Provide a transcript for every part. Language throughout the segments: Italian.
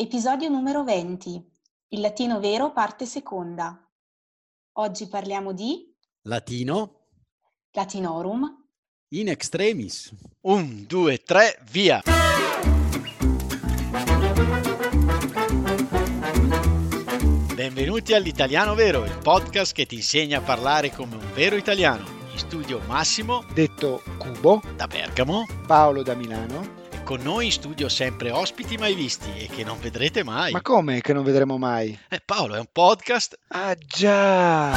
Episodio numero 20. Il latino vero, parte seconda. Oggi parliamo di Latino Latinorum. in extremis. 1, 2, 3, via! Benvenuti all'Italiano Vero, il podcast che ti insegna a parlare come un vero italiano. In studio Massimo, detto Cubo, da Bergamo, Paolo da Milano. e con noi in studio sempre ospiti mai visti e che non vedrete mai. Ma come che non vedremo mai? Paolo, è un podcast. Ah già!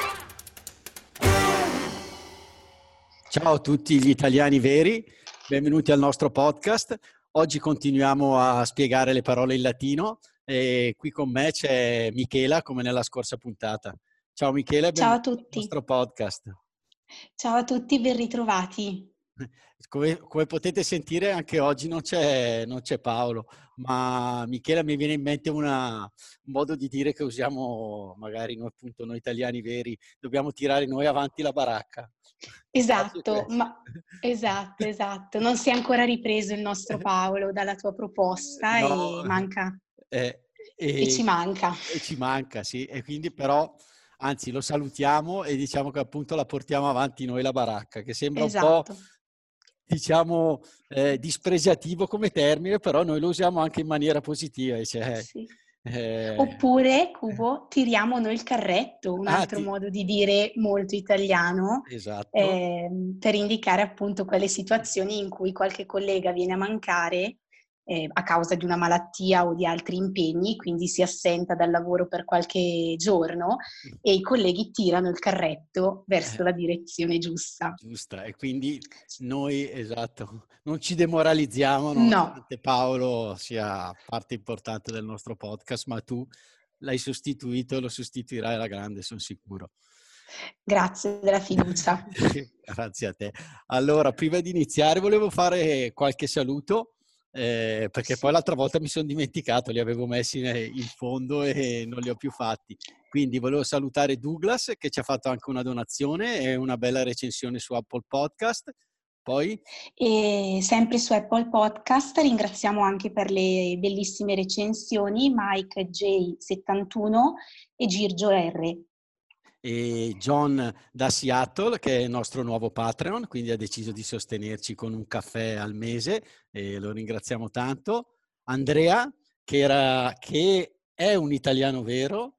Ciao a tutti gli italiani veri, benvenuti al nostro podcast. Oggi continuiamo a spiegare le parole in latino e qui con me c'è Michela come nella scorsa puntata. Ciao Michela e Ciao a benvenuti al tutti. nostro podcast. Ciao a tutti, ben ritrovati. Come potete sentire anche oggi non c'è Paolo, ma Michela mi viene in mente un modo di dire che usiamo magari noi, appunto, noi italiani veri, dobbiamo tirare noi avanti la baracca. Esatto, esatto. Non si è ancora ripreso il nostro Paolo dalla tua proposta No, e manca. e ci manca. E ci manca, sì. E quindi però, anzi, lo salutiamo e diciamo che appunto la portiamo avanti noi la baracca, che sembra un po', Esatto. diciamo, dispregiativo come termine, però noi lo usiamo anche in maniera positiva. Cioè, Sì. Oppure, Cubo, tiriamo noi il carretto, un altro ti- modo di dire molto italiano, Esatto. per indicare appunto quelle situazioni in cui qualche collega viene a mancare a causa di una malattia o di altri impegni, quindi si assenta dal lavoro per qualche giorno e i colleghi tirano il carretto verso la direzione giusta. Giusta, e quindi noi, esatto, non ci demoralizziamo, No, nonostante Paolo sia parte importante del nostro podcast, ma tu l'hai sostituito e lo sostituirai alla grande, sono sicuro. grazie della fiducia. Grazie a te. Allora, prima di iniziare volevo fare qualche saluto, perché poi l'altra volta mi sono dimenticato, li avevo messi in fondo e non li ho più fatti. Quindi volevo salutare Douglas che ci ha fatto anche una donazione e una bella recensione su Apple Podcast. Poi? E sempre su Apple Podcast ringraziamo anche per le bellissime recensioni Mike J71 e Girgio R. E John da Seattle, che è il nostro nuovo Patreon, quindi ha deciso di sostenerci con un caffè al mese e lo ringraziamo tanto. Andrea, che è un italiano vero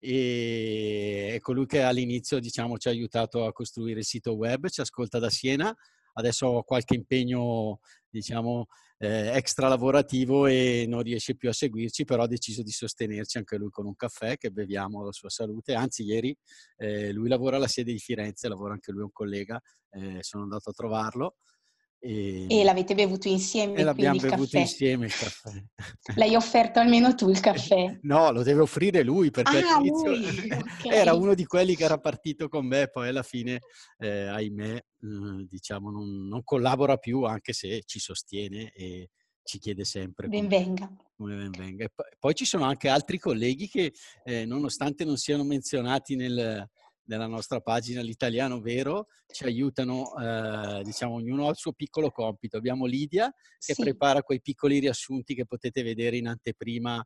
e è colui che all'inizio, diciamo, ci ha aiutato a costruire il sito web, ci ascolta da Siena. Adesso ho qualche impegno, diciamo, extra lavorativo e non riesce più a seguirci, però ha deciso di sostenerci anche lui con un caffè che beviamo alla sua salute. Anzi, ieri lui lavora alla sede di Firenze, lavora anche lui un collega, sono andato a trovarlo. E l'avete bevuto insieme, E l'abbiamo quindi il bevuto caffè. insieme il caffè. L'hai offerto almeno tu il caffè? No, lo deve offrire lui, perché all'inizio lui! Okay. era uno di quelli che era partito con me, poi alla fine, ahimè, diciamo non collabora più, anche se ci sostiene e ci chiede sempre Ben venga. come ben venga. E poi ci sono anche altri colleghi che, nonostante non siano menzionati nella nostra pagina L'Italiano Vero, ci aiutano, diciamo, ognuno ha il suo piccolo compito. Abbiamo Lidia che Sì, prepara quei piccoli riassunti che potete vedere in anteprima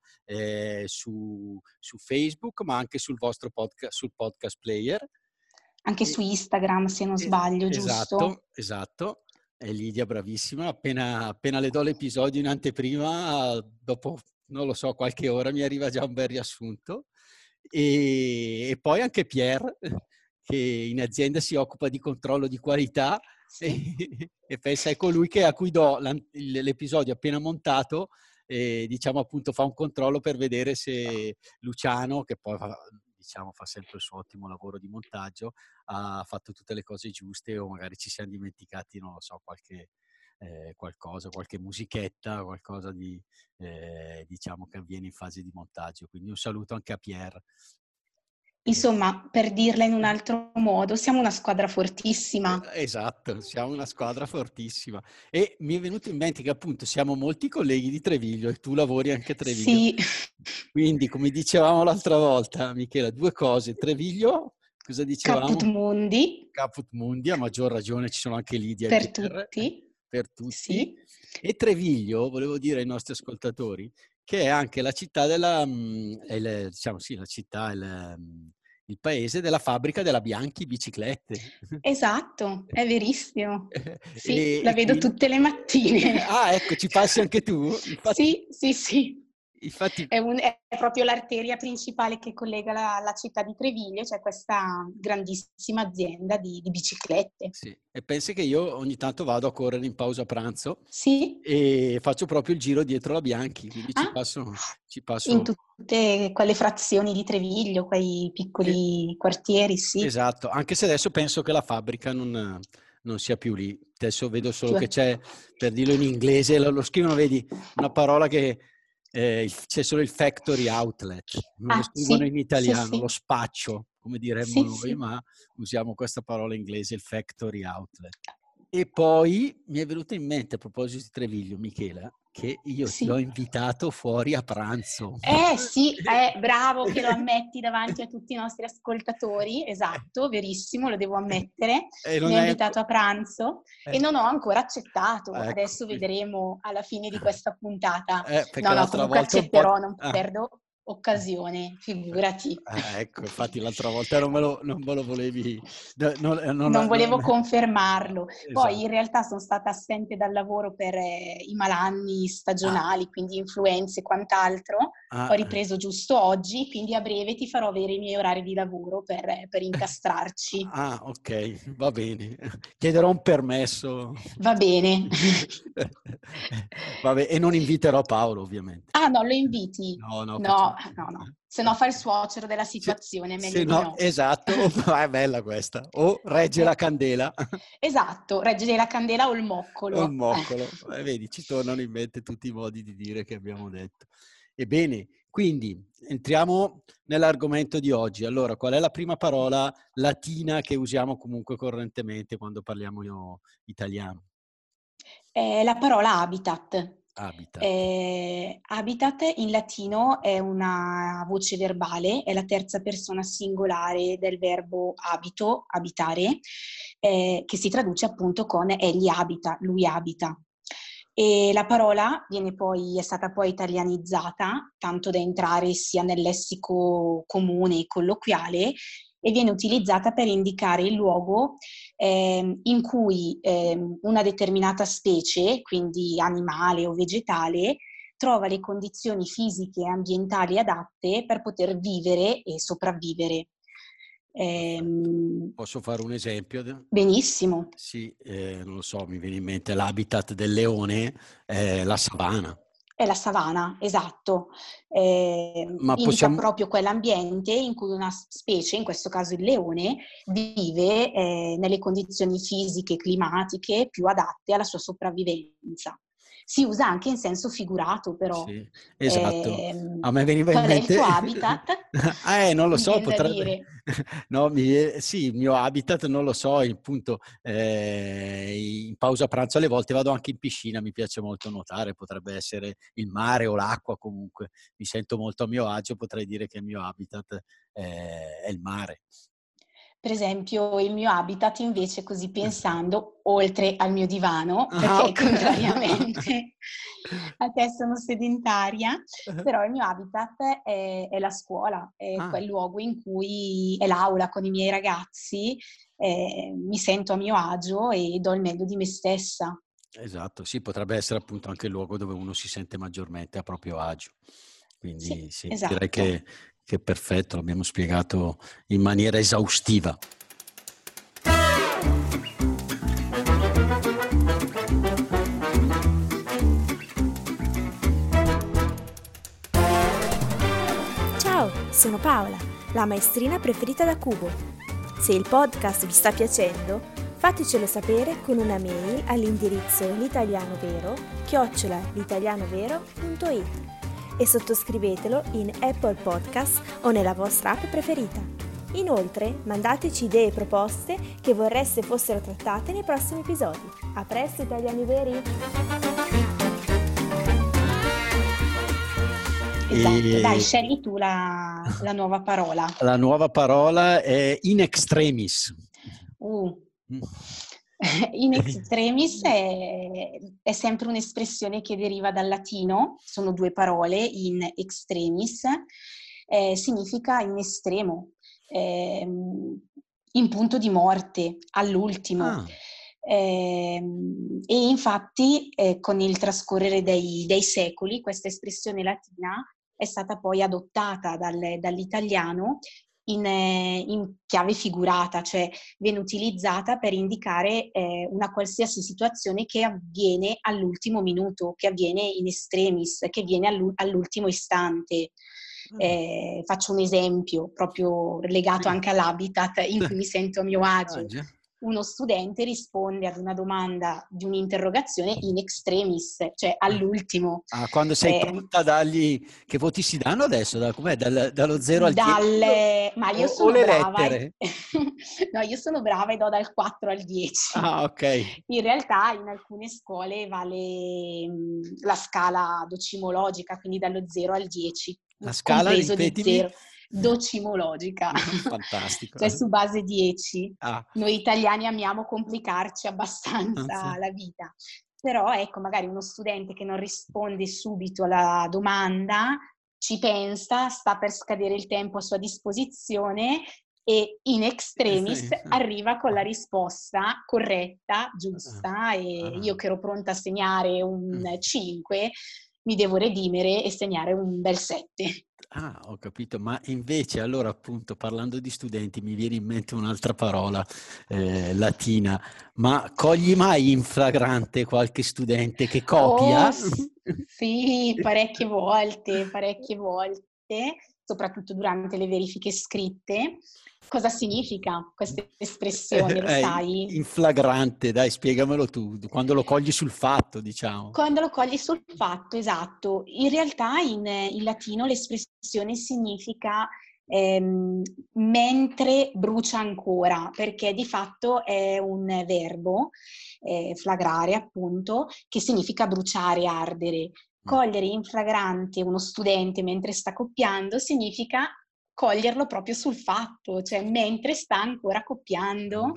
su Facebook, ma anche sul vostro podcast, sul podcast player. anche su Instagram se non sbaglio, giusto? Esatto. È Lidia bravissima, appena le do l'episodio in anteprima, dopo, non lo so, qualche ora mi arriva già un bel riassunto. E poi anche Pierre, che in azienda si occupa di controllo di qualità, Sì. e pensa, è colui a cui do l'episodio appena montato, e diciamo appunto fa un controllo per vedere se Luciano, che poi fa sempre il suo ottimo lavoro di montaggio, ha fatto tutte le cose giuste, o magari ci siamo dimenticati, non lo so, qualche musichetta, qualcosa di diciamo che avviene in fase di montaggio. Quindi un saluto anche a Pierre. Insomma, per dirla in un altro modo, siamo una squadra fortissima. Esatto, siamo una squadra fortissima. E mi è venuto in mente che appunto siamo molti colleghi di Treviglio e tu lavori anche a Treviglio. Sì. Quindi, come dicevamo l'altra volta, Michela, due cose. Treviglio, cosa dicevamo? Caput Mundi. Caput Mundi, a maggior ragione ci sono anche Lidia e Per Pierre, tutti. per tutti. Sì. E Treviglio, volevo dire ai nostri ascoltatori, che è anche la città diciamo sì, la città, il paese della fabbrica della Bianchi Biciclette. Esatto, è verissimo. Sì, la E vedo quindi... tutte le mattine. Ah, ecco, ci passi anche tu? Sì, sì, sì. Infatti... È proprio l'arteria principale che collega la città di Treviglio, c'è questa grandissima azienda di biciclette. Sì, e pensi che io ogni tanto vado a correre in pausa pranzo Sì? e faccio proprio il giro dietro la Bianchi, quindi ci Ah, passo... in tutte quelle frazioni di Treviglio, quei piccoli quartieri, sì. Esatto, anche se adesso penso che la fabbrica non sia più lì. Adesso vedo solo che c'è, per dirlo in inglese, lo scrivono, vedi, una parola che c'è solo il factory outlet, non lo scrivono Sì, in sì, italiano, sì. lo spaccio, come diremmo Sì, noi, sì. ma usiamo questa parola inglese, il factory outlet. E poi mi è venuto in mente, a proposito di Treviglio, Michela, che io ti ho Sì. invitato fuori a pranzo. Sì, bravo che lo ammetti davanti a tutti i nostri ascoltatori, esatto, verissimo, lo devo ammettere. Non Mi ha hai invitato a pranzo e non ho ancora accettato. Ecco. Adesso vedremo alla fine di questa puntata. Perché l'altra Comunque volta un po'... accetterò, non perdo occasione, figurati. Ecco, infatti l'altra volta non me lo volevi... Non volevo confermarlo. Poi in Esatto. realtà sono stata assente dal lavoro per i malanni stagionali, quindi influenze e quant'altro. Ho ripreso giusto oggi, quindi a breve ti farò avere i miei orari di lavoro per incastrarci. Ah, ok, va bene. Chiederò un permesso. Va bene. Vabbè, e non inviterò Paolo, ovviamente. Ah, no, lo inviti? No. No. Se no fa il suocero della situazione, è meglio di no. Esatto, è bella questa. O regge la candela. Esatto, regge la candela o il moccolo. O il moccolo. Vedi, ci tornano in mente tutti i modi di dire che abbiamo detto. Ebbene, quindi entriamo nell'argomento di oggi. Allora, qual è la prima parola latina che usiamo comunque correntemente quando parliamo italiano? La parola habitat. Habitat. Habitat in latino è una voce verbale, è la terza persona singolare del verbo habito, abitare, che si traduce appunto con egli abita, lui abita. E la parola è stata poi italianizzata, tanto da entrare sia nel lessico comune e colloquiale, e viene utilizzata per indicare il luogo in cui una determinata specie, quindi animale o vegetale, trova le condizioni fisiche e ambientali adatte per poter vivere e sopravvivere. Posso fare un esempio? Benissimo. Sì, non lo so, mi viene in mente l'habitat del leone, la savana. È la savana, esatto. Ma Indica proprio quell'ambiente in cui una specie, in questo caso il leone, vive nelle condizioni fisiche e climatiche più adatte alla sua sopravvivenza. Si usa anche in senso figurato, però. Sì, esatto. A me veniva in Qual è il mente... tuo habitat? Non lo so, Mi viene da potrebbe... dire. No, sì, il mio habitat non lo so, appunto in pausa pranzo alle volte vado anche in piscina, mi piace molto nuotare, potrebbe essere il mare o l'acqua comunque, mi sento molto a mio agio, potrei dire che il mio habitat è il mare. Per esempio, il mio habitat invece, così pensando, oltre al mio divano, perché Okay. contrariamente a te sono sedentaria, però il mio habitat è la scuola, è quel luogo in cui è l'aula con i miei ragazzi, mi sento a mio agio e do il meglio di me stessa. Esatto, sì, potrebbe essere appunto anche il luogo dove uno si sente maggiormente a proprio agio. Quindi sì, esatto. direi che è perfetto, l'abbiamo spiegato in maniera esaustiva. Ciao, sono Paola, la maestrina preferita da Cubo. Se il podcast vi sta piacendo, fatecelo sapere con una mail all'indirizzo litalianovero@litalianovero.it e sottoscrivetelo in Apple Podcast o nella vostra app preferita. Inoltre, mandateci idee e proposte che vorreste fossero trattate nei prossimi episodi. A presto, italiani veri! Esatto, dai, scegli tu la nuova parola. La nuova parola è in extremis. In extremis è sempre un'espressione che deriva dal latino, sono due parole, in extremis, significa in estremo, in punto di morte, all'ultimo. Ah. E infatti con il trascorrere dei secoli questa espressione latina è stata poi adottata dall'italiano in chiave figurata, cioè viene utilizzata per indicare una qualsiasi situazione che avviene all'ultimo minuto, che avviene in extremis, che avviene all'ultimo istante. Faccio un esempio proprio legato anche all'habitat in cui mi sento a mio agio. Uno studente risponde ad una domanda di un'interrogazione in extremis, cioè all'ultimo. Quando sei pronta a dargli... Che voti si danno adesso? Com'è? Dallo 0 al 10? Ma io sono brava. No, io sono brava e do dal 4 al 10. Ah, ok. In realtà in alcune scuole vale la scala docimologica, quindi dallo 0 al 10. La scala, ripetimi? Docimologica. Fantastico. Cioè su base 10. Noi italiani amiamo complicarci abbastanza la vita. Però ecco, magari uno studente che non risponde subito alla domanda, ci pensa, sta per scadere il tempo a sua disposizione e in extremis arriva con la risposta corretta, giusta, e io che ero pronta a segnare un 5 mi devo redimere e segnare un bel 7. Ah, ho capito, ma invece allora appunto parlando di studenti mi viene in mente un'altra parola latina, ma cogli mai in flagrante qualche studente che copia? Sì, parecchie volte, soprattutto durante le verifiche scritte. Cosa significa questa espressione, lo sai? In flagrante, dai, spiegamelo tu, quando lo cogli sul fatto, diciamo. Quando lo cogli sul fatto, esatto. In realtà in latino l'espressione significa mentre brucia ancora, perché di fatto è un verbo, flagrare appunto, che significa bruciare, ardere. Cogliere in flagrante uno studente mentre sta copiando significa coglierlo proprio sul fatto, cioè mentre sta ancora copiando,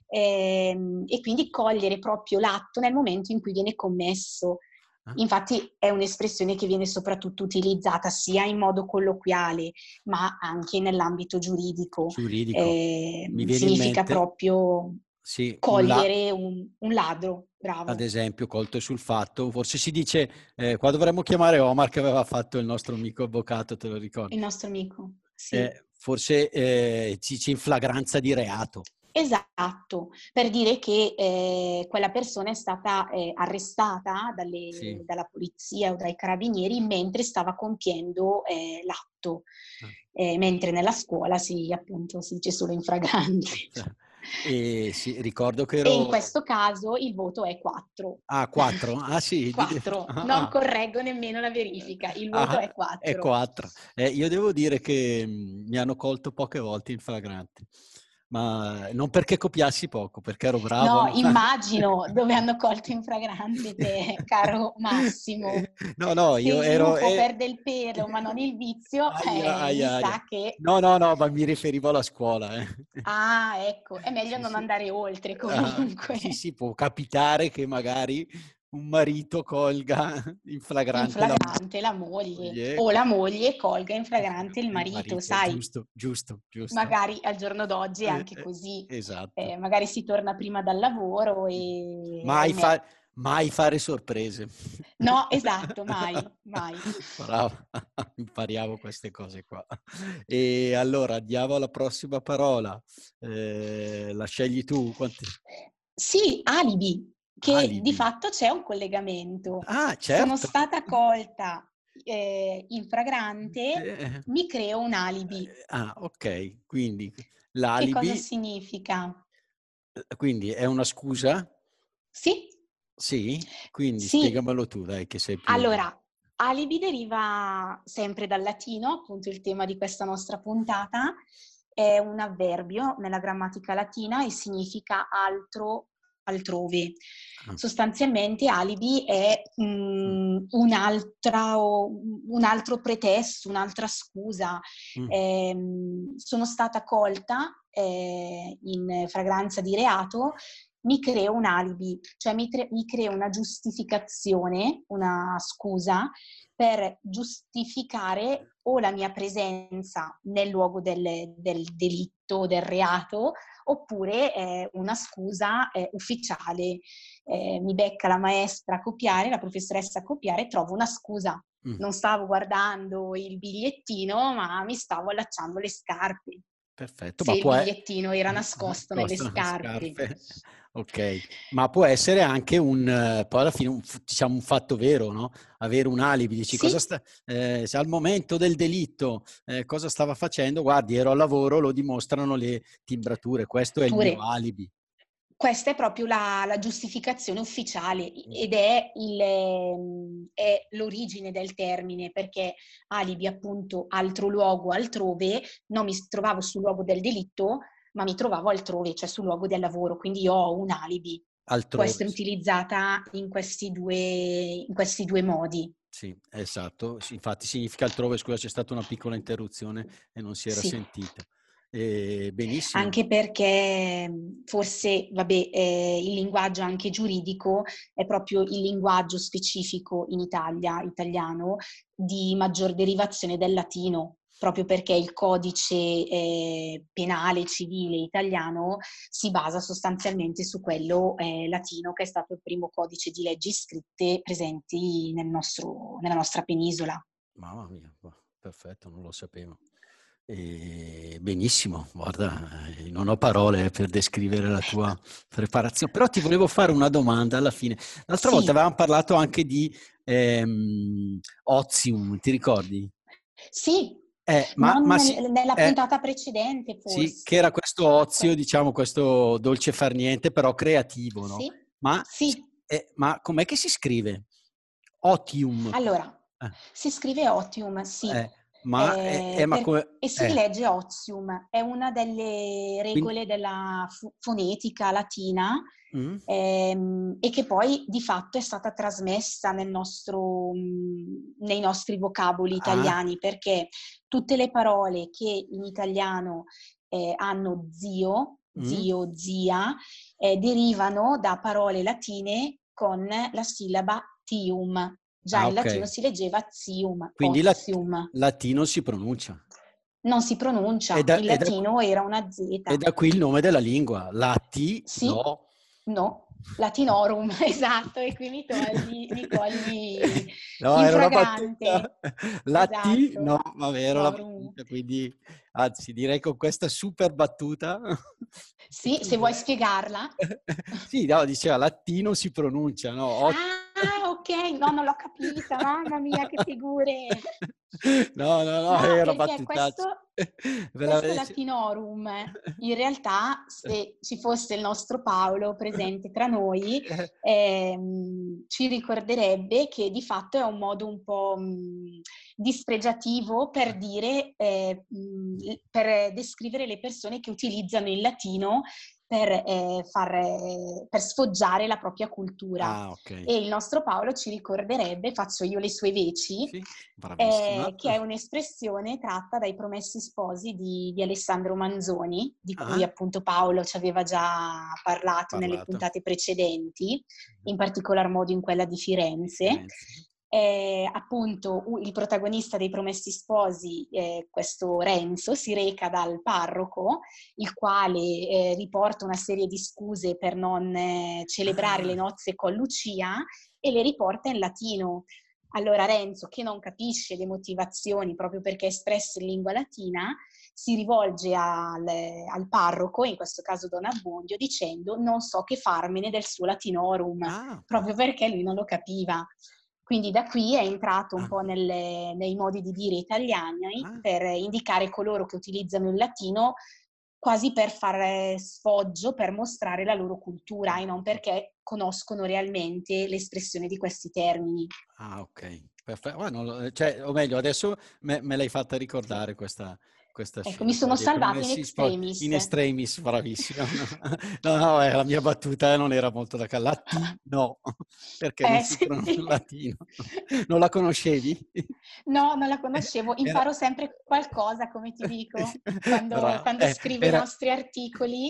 e quindi cogliere proprio l'atto nel momento in cui viene commesso. Infatti è un'espressione che viene soprattutto utilizzata sia in modo colloquiale ma anche nell'ambito giuridico. Significa proprio cogliere un ladro, bravo. Ad esempio, colto sul fatto, forse si dice, qua dovremmo chiamare Omar che aveva fatto il nostro amico avvocato, te lo ricordi? Il nostro amico, sì. Forse ci dice in flagranza di reato. Esatto, per dire che quella persona è stata arrestata dalla polizia o dai carabinieri mentre stava compiendo l'atto, mentre nella scuola appunto si dice solo in flagrante. Sì, ricordo che E in questo caso il voto è 4. Ah, 4? Ah sì. 4, non correggo nemmeno la verifica, il voto è 4. È 4. Io devo dire che mi hanno colto poche volte in flagrante. Ma non perché copiassi poco, perché ero bravo. No, immagino dove hanno colto in flagrante te, caro Massimo. No, io ero... Se il lupo perde il pelo ma non il vizio, mi sa che... No, ma mi riferivo alla scuola. Ah, ecco, è meglio non andare oltre comunque. Sì, può capitare che magari un marito colga in flagrante la moglie, o la moglie colga in flagrante il marito, sai? Giusto. Magari al giorno d'oggi è anche così. Esatto. Magari si torna prima dal lavoro e... Mai fare sorprese. No, esatto, mai. Bravo, impariamo queste cose qua. E allora andiamo alla prossima parola. La scegli tu? Sì, alibi. Che di fatto c'è un collegamento. Ah, certo. Sono stata colta in flagrante, mi creo un alibi. Ah, ok. Quindi l'alibi... Che cosa significa? Quindi è una scusa? Sì. Sì? Quindi spiegamelo tu, dai, che sei più... Allora, alibi deriva sempre dal latino, appunto il tema di questa nostra puntata. È un avverbio nella grammatica latina e significa altro, altrove. Sostanzialmente alibi è un altro pretesto, un'altra scusa. Sono stata colta in flagranza di reato mi creo un alibi, cioè mi creo una giustificazione, una scusa per giustificare o la mia presenza nel luogo del delitto, del reato, oppure una scusa ufficiale. Mi becca la maestra a copiare, la professoressa a copiare, trovo una scusa. Non stavo guardando il bigliettino, ma mi stavo allacciando le scarpe. Perfetto, Se ma il bigliettino era nascosto nelle nascosto nelle scarpe. scarpe. Ok, ma può essere anche poi alla fine diciamo un fatto vero, no? Avere un alibi, dici Sì. se al momento del delitto cosa stava facendo, guardi, ero al lavoro, lo dimostrano le timbrature, questo è il mio alibi. Questa è proprio la giustificazione ufficiale ed è l'origine del termine, perché alibi appunto altro luogo, altrove, non mi trovavo sul luogo del delitto, ma mi trovavo altrove, cioè sul luogo del lavoro, quindi io ho un alibi. Altrove. Può essere utilizzata in questi due modi. Sì, esatto, infatti significa altrove, scusa, c'è stata una piccola interruzione e non si era sentito. Benissimo. Anche perché forse, il linguaggio anche giuridico è proprio il linguaggio specifico in italiano, di maggior derivazione del latino, proprio perché il codice penale civile italiano si basa sostanzialmente su quello latino, che è stato il primo codice di leggi scritte presenti nella nostra penisola. Mamma mia, perfetto, non lo sapevo. Benissimo, guarda, non ho parole per descrivere la tua preparazione, però ti volevo fare una domanda alla fine. L'altra volta avevamo parlato anche di ozium, ti ricordi? Sì, nella sì, puntata precedente forse. Sì, che era questo ozio, diciamo, questo dolce far niente, però creativo, no? Sì, Ma com'è che si scrive? Otium. Allora, si scrive otium, sì. E si legge ozium, è una delle regole della fonetica latina e che poi di fatto è stata trasmessa nei nostri vocaboli italiani, perché tutte le parole che in italiano hanno zio, zia, derivano da parole latine con la sillaba tium. Già in latino si leggeva zium, quindi ozium. latino si pronuncia. Non si pronuncia, in latino era una Z. E da qui il nome della lingua, No, latinorum, esatto, e qui mi cogli no, in era fragante. Una battuta. Esatto. No, vabbè, era la battuta, quindi anzi direi con questa super battuta. Sì, se vuoi spiegarla. Sì, no, diceva latino si pronuncia, no? Ah, ok, no, non l'ho capita, mamma mia, che figure. No, era battutaccia. Questo latinorum, in realtà, se ci fosse il nostro Paolo presente tra noi, ci ricorderebbe che di fatto è un modo un po' dispregiativo per dire, per descrivere le persone che utilizzano il latino per sfoggiare la propria cultura. E il nostro Paolo ci ricorderebbe, faccio io le sue veci, che è un'espressione tratta dai Promessi Sposi di Alessandro Manzoni, di cui appunto Paolo ci aveva già parlato nelle puntate precedenti, in particolar modo in quella di Firenze. Appunto il protagonista dei Promessi Sposi, questo Renzo, si reca dal parroco, il quale riporta una serie di scuse per non celebrare le nozze con Lucia e le riporta in latino. Allora Renzo, che non capisce le motivazioni proprio perché è espresso in lingua latina, si rivolge al parroco, in questo caso Don Abbondio, dicendo non so che farmene del suo latinorum, proprio perché lui non lo capiva. Quindi da qui è entrato un po' nei modi di dire italiani per indicare coloro che utilizzano il latino quasi per fare sfoggio, per mostrare la loro cultura e non perché conoscono realmente l'espressione di questi termini. Ah, ok. Perfetto. O meglio, adesso me l'hai fatta ricordare questa Ecco, mi sono salvata in extremis. In extremis, bravissima. No, la mia battuta non era molto da latino, perché non si pronuncia in latino. Non la conoscevi? No, non la conoscevo. Imparo sempre qualcosa, come ti dico, quando scrivo i nostri articoli.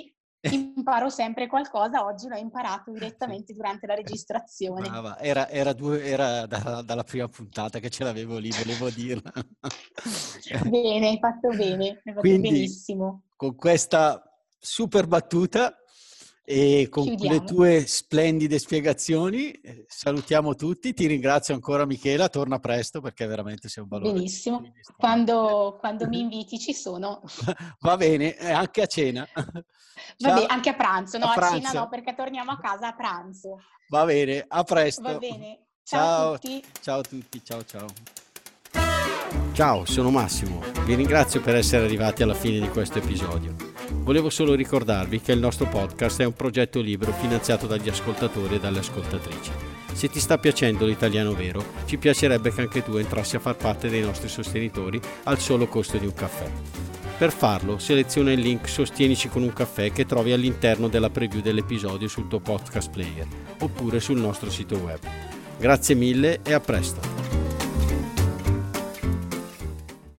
imparo sempre qualcosa, oggi l'ho imparato direttamente durante la registrazione. Brava. Era dalla prima puntata che ce l'avevo lì, volevo dirla. Bene, hai fatto bene, hai fatto Quindi, benissimo. con questa super battuta e con Chiudiamo. le tue splendide spiegazioni salutiamo tutti. Ti ringrazio ancora, Michela, torna presto perché veramente sei un valore. Benissimo, quando mi inviti ci sono. Va bene, anche a cena. Vabbè, anche a pranzo, no, a cena pranzo. no, perché torniamo a casa a pranzo. Va bene, a presto. Va bene, ciao a tutti. Ciao a tutti, ciao ciao. Ciao, sono Massimo. Vi ringrazio per essere arrivati alla fine di questo episodio. Volevo solo ricordarvi che il nostro podcast è un progetto libero finanziato dagli ascoltatori e dalle ascoltatrici. Se ti sta piacendo l'italiano vero, ci piacerebbe che anche tu entrassi a far parte dei nostri sostenitori al solo costo di un caffè. Per farlo, seleziona il link Sostienici con un caffè che trovi all'interno della preview dell'episodio sul tuo podcast player oppure sul nostro sito web. Grazie mille e a presto!